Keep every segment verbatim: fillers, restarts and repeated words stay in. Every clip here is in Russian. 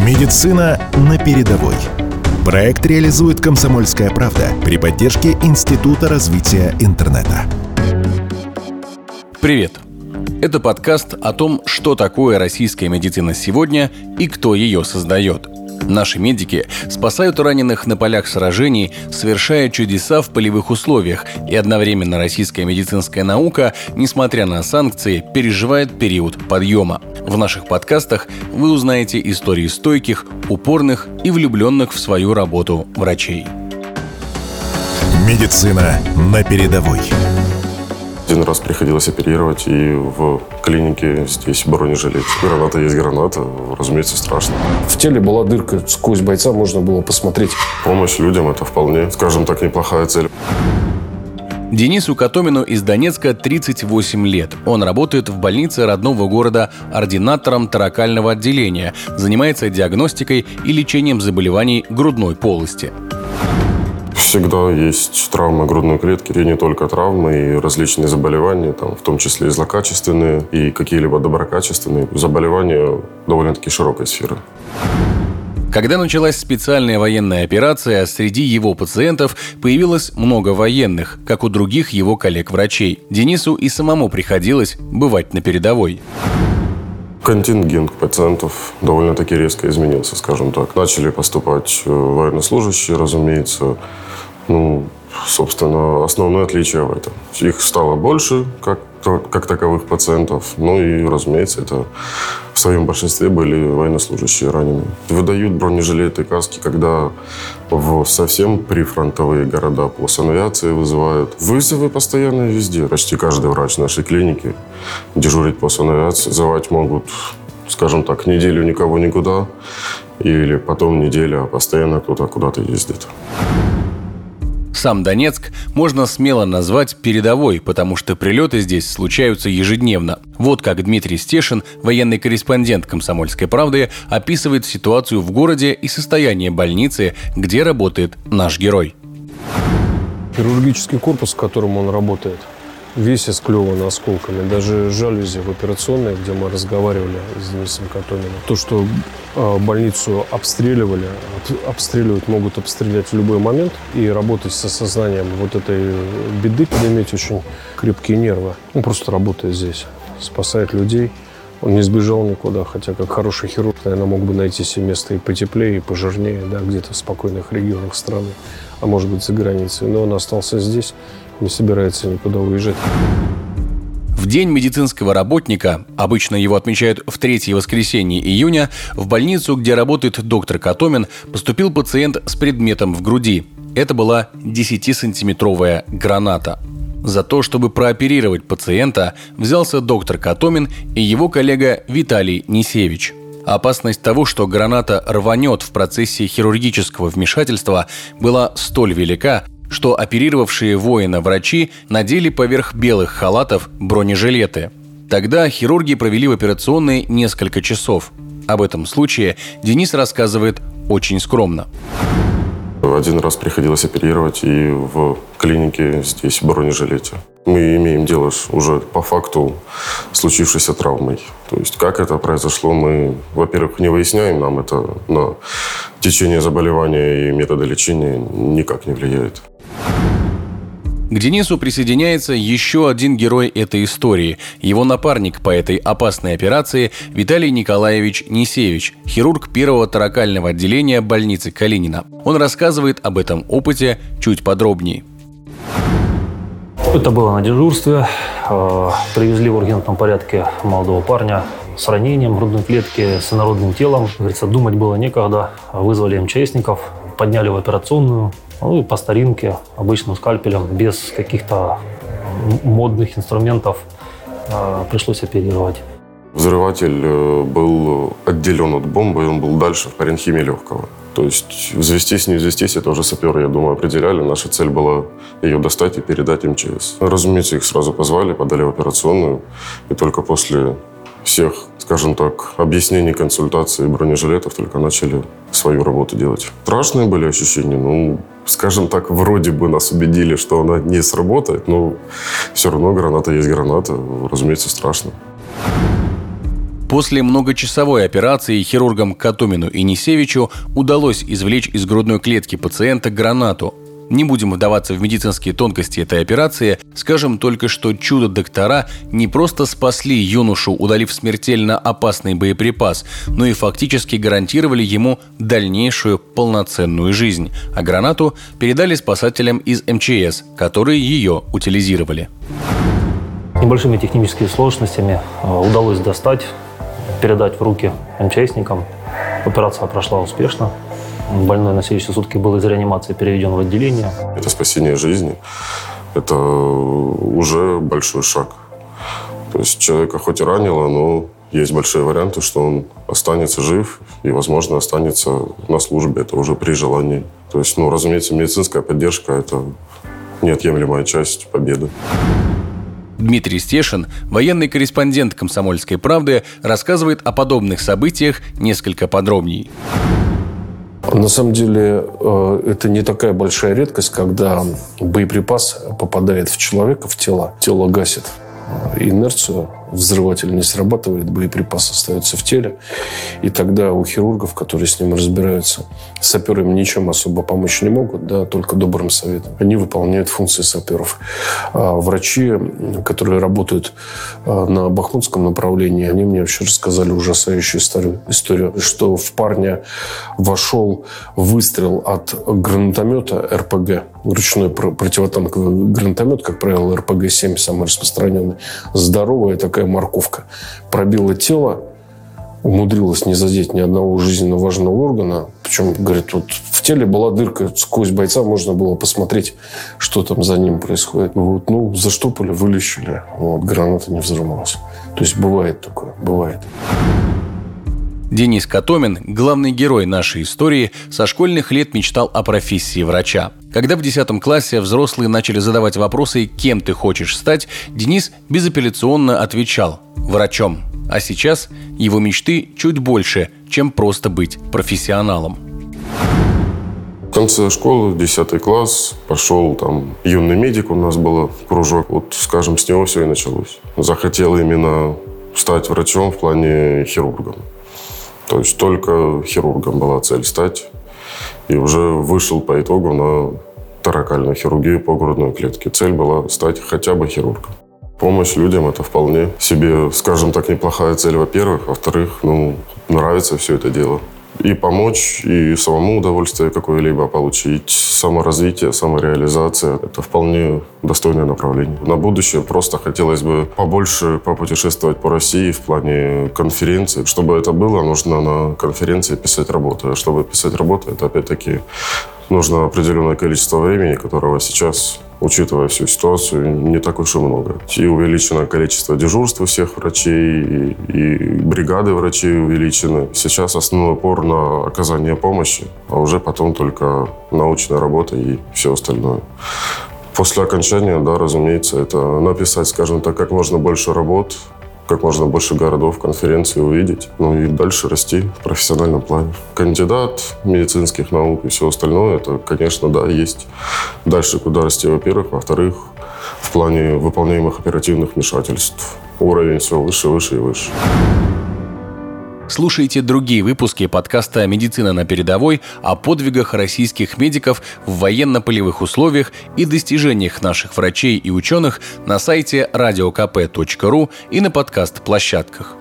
Медицина на передовой. Проект реализует «Комсомольская правда» при поддержке Института развития интернета. Привет! Это подкаст о том, что такое российская медицина сегодня и кто ее создает. Наши медики спасают раненых на полях сражений, совершая чудеса в полевых условиях, и одновременно российская медицинская наука, несмотря на санкции, переживает период подъема. В наших подкастах вы узнаете истории стойких, упорных и влюбленных в свою работу врачей. Медицина на передовой. Один раз приходилось оперировать, и в клинике здесь бронежилет. Граната есть граната, разумеется, страшно. В теле была дырка, сквозь бойца можно было посмотреть. Помощь людям – это вполне, скажем так, неплохая цель. Денису Котомину из Донецка тридцать восемь лет. Он работает в больнице родного города ординатором торакального отделения, занимается диагностикой и лечением заболеваний грудной полости. Всегда есть травмы грудной клетки, и не только травмы, и различные заболевания, там, в том числе и злокачественные, и какие-либо доброкачественные. Заболевания довольно-таки широкой сферы. Когда началась специальная военная операция, среди его пациентов появилось много военных, как у других его коллег-врачей. Денису и самому приходилось бывать на передовой. Контингент пациентов довольно-таки резко изменился, скажем так. Начали поступать военнослужащие, разумеется. Ну, собственно, основное отличие в этом. Их стало больше, как, как таковых пациентов. Ну и, разумеется, это в своем большинстве были военнослужащие раненые. Выдают бронежилеты, каски, когда в совсем прифронтовые города по санавиации вызывают. Вызовы постоянно везде. Почти каждый врач нашей клиники дежурит по санавиации. Вызывать могут, скажем так, неделю никого никуда. Или потом неделя, а постоянно кто-то куда-то ездит. Сам Донецк можно смело назвать передовой, потому что прилеты здесь случаются ежедневно. Вот как Дмитрий Стешин, военный корреспондент «Комсомольской правды», описывает ситуацию в городе и состояние больницы, где работает наш герой. Хирургический корпус, в котором он работает, весь исклеван осколками. Даже жалюзи в операционной, где мы разговаривали с Денисом Котоминым. То, что э, больницу обстреливали, об, обстреливать могут обстрелять в любой момент. И работать с осознанием вот этой беды, иметь очень крепкие нервы. Он просто работает здесь, спасает людей. Он не сбежал никуда, хотя как хороший хирург, наверное, мог бы найти себе место и потеплее, и пожирнее, да, где-то в спокойных регионах страны, а может быть за границей. Но он остался здесь, не собирается никуда уезжать. В День медицинского работника, обычно его отмечают в третье воскресенье июня, в больницу, где работает доктор Котомин, поступил пациент с предметом в груди. Это была десятисантиметровая граната. За то, чтобы прооперировать пациента, взялся доктор Котомин и его коллега Виталий Несевич. Опасность того, что граната рванет в процессе хирургического вмешательства, была столь велика, что оперировавшие воина врачи надели поверх белых халатов бронежилеты. Тогда хирурги провели в операционной несколько часов. Об этом случае Денис рассказывает очень скромно. Один раз приходилось оперировать, и в клинике здесь бронежилете. Мы имеем дело уже по факту случившейся травмой. То есть как это произошло, мы, во-первых, не выясняем, нам это на течение заболевания и методы лечения никак не влияет. К Денису присоединяется еще один герой этой истории. Его напарник по этой опасной операции Виталий Николаевич Несевич, хирург первого торакального отделения больницы Калинина. Он рассказывает об этом опыте чуть подробнее. Это было на дежурстве. Привезли в ургентном порядке молодого парня с ранением грудной клетки, с инородным телом. Говорится, думать было некогда. Вызвали МЧСников, подняли в операционную. Ну и по старинке, обычным скальпелем, без каких-то модных инструментов э, пришлось оперировать. Взрыватель был отделен от бомбы, он был дальше в паренхиме легкого. То есть взвестись, не взвестись, это уже саперы, я думаю, определяли. Наша цель была ее достать и передать МЧС. Разумеется, их сразу позвали, подали в операционную. И только после всех, скажем так, объяснений, консультаций и бронежилетов только начали свою работу делать. Страшные были ощущения. Ну, скажем так, вроде бы нас убедили, что она не сработает, но все равно граната есть граната. Разумеется, страшно. После многочасовой операции хирургам Катомину и Несевичу удалось извлечь из грудной клетки пациента гранату. Не будем вдаваться в медицинские тонкости этой операции, скажем только, что чудо-доктора не просто спасли юношу, удалив смертельно опасный боеприпас, но и фактически гарантировали ему дальнейшую полноценную жизнь, а гранату передали спасателям из эм че эс, которые ее утилизировали. Небольшими техническими сложностями удалось достать, передать в руки эм че эсникам. Операция прошла успешно. Больной на следующие сутки был из реанимации переведен в отделение. Это спасение жизни. Это уже большой шаг. То есть человека хоть и ранило, но есть большие варианты, что он останется жив и, возможно, останется на службе. Это уже при желании. То есть, ну, разумеется, медицинская поддержка – это неотъемлемая часть победы. Дмитрий Стешин, военный корреспондент «Комсомольской правды», рассказывает о подобных событиях несколько подробнее. На самом деле, это не такая большая редкость, когда боеприпас попадает в человека, в тело. Тело гасит инерцию, взрыватель не срабатывает, боеприпас остается в теле. И тогда у хирургов, которые с ним разбираются, саперы им ничем особо помочь не могут, да, только добрым советом. Они выполняют функции саперов. А врачи, которые работают на бахмутском направлении, они мне вообще рассказали ужасающую историю, историю, что в парня вошел выстрел от гранатомета эр пэ гэ, ручной противотанковый гранатомет, как правило, эр пэ гэ семь, самый распространенный, здоровая такая морковка, пробила тело, умудрилась не задеть ни одного жизненно важного органа. Причем, говорит, вот в теле была дырка, сквозь бойца можно было посмотреть, что там за ним происходит. Вот, ну, заштопали, вылечили, вот, граната не взорвалась. То есть бывает такое, бывает. Денис Катомин, главный герой нашей истории, со школьных лет мечтал о профессии врача. Когда в десятом классе взрослые начали задавать вопросы «Кем ты хочешь стать?», Денис безапелляционно отвечал «Врачом». А сейчас его мечты чуть больше, чем просто быть профессионалом. В конце школы, десятый класс, пошел там юный медик, у нас был кружок. Вот, скажем, с него все и началось. Захотел именно стать врачом в плане хирургом. То есть только хирургом была цель стать. И уже вышел по итогу на торакальную хирургию по грудной клетке. Цель была стать хотя бы хирургом. Помощь людям – это вполне себе, скажем так, неплохая цель, во-первых. Во-вторых, ну, нравится все это дело. И помочь, и самому удовольствие какое-либо получить. Саморазвитие, самореализация – это вполне достойное направление. На будущее просто хотелось бы побольше попутешествовать по России в плане конференций. Чтобы это было, нужно на конференции писать работу. А чтобы писать работу, это опять-таки нужно определенное количество времени, которого сейчас, учитывая всю ситуацию, не так уж и много. И увеличено количество дежурств у всех врачей, и, и бригады врачей увеличены. Сейчас основной упор на оказание помощи, а уже потом только научная работа и все остальное. После окончания, да, разумеется, это написать, скажем так, как можно больше работ, как можно больше городов, конференций увидеть, ну и дальше расти в профессиональном плане. Кандидат медицинских наук и все остальное, это, конечно, да, есть дальше куда расти, во-первых. Во-вторых, в плане выполняемых оперативных вмешательств уровень все выше, выше и выше. Слушайте другие выпуски подкаста «Медицина на передовой» о подвигах российских медиков в военно-полевых условиях и достижениях наших врачей и ученых на сайте радио ка пэ точка ру и на подкаст-площадках.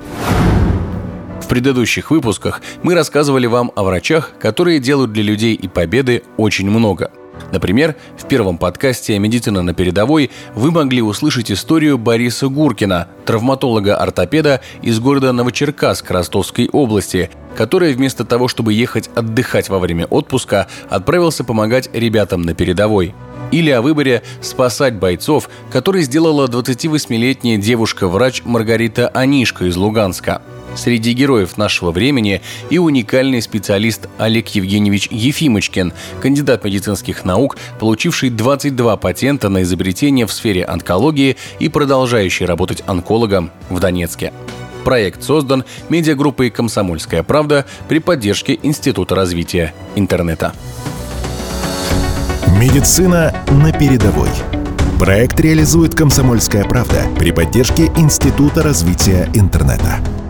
В предыдущих выпусках мы рассказывали вам о врачах, которые делают для людей и победы очень много. Например, в первом подкасте «Медицина на передовой» вы могли услышать историю Бориса Гуркина, травматолога-ортопеда из города Новочеркасск Ростовской области, который вместо того, чтобы ехать отдыхать во время отпуска, отправился помогать ребятам на передовой. Или о выборе спасать бойцов, который сделала двадцативосьмилетняя девушка-врач Маргарита Анишко из Луганска. Среди героев нашего времени и уникальный специалист Олег Евгеньевич Ефимочкин, кандидат медицинских наук, получивший двадцать два патента на изобретения в сфере онкологии и продолжающий работать онкологом в Донецке. Проект создан медиагруппой «Комсомольская правда» при поддержке Института развития интернета. Медицина на передовой. Проект реализует «Комсомольская правда» при поддержке Института развития интернета.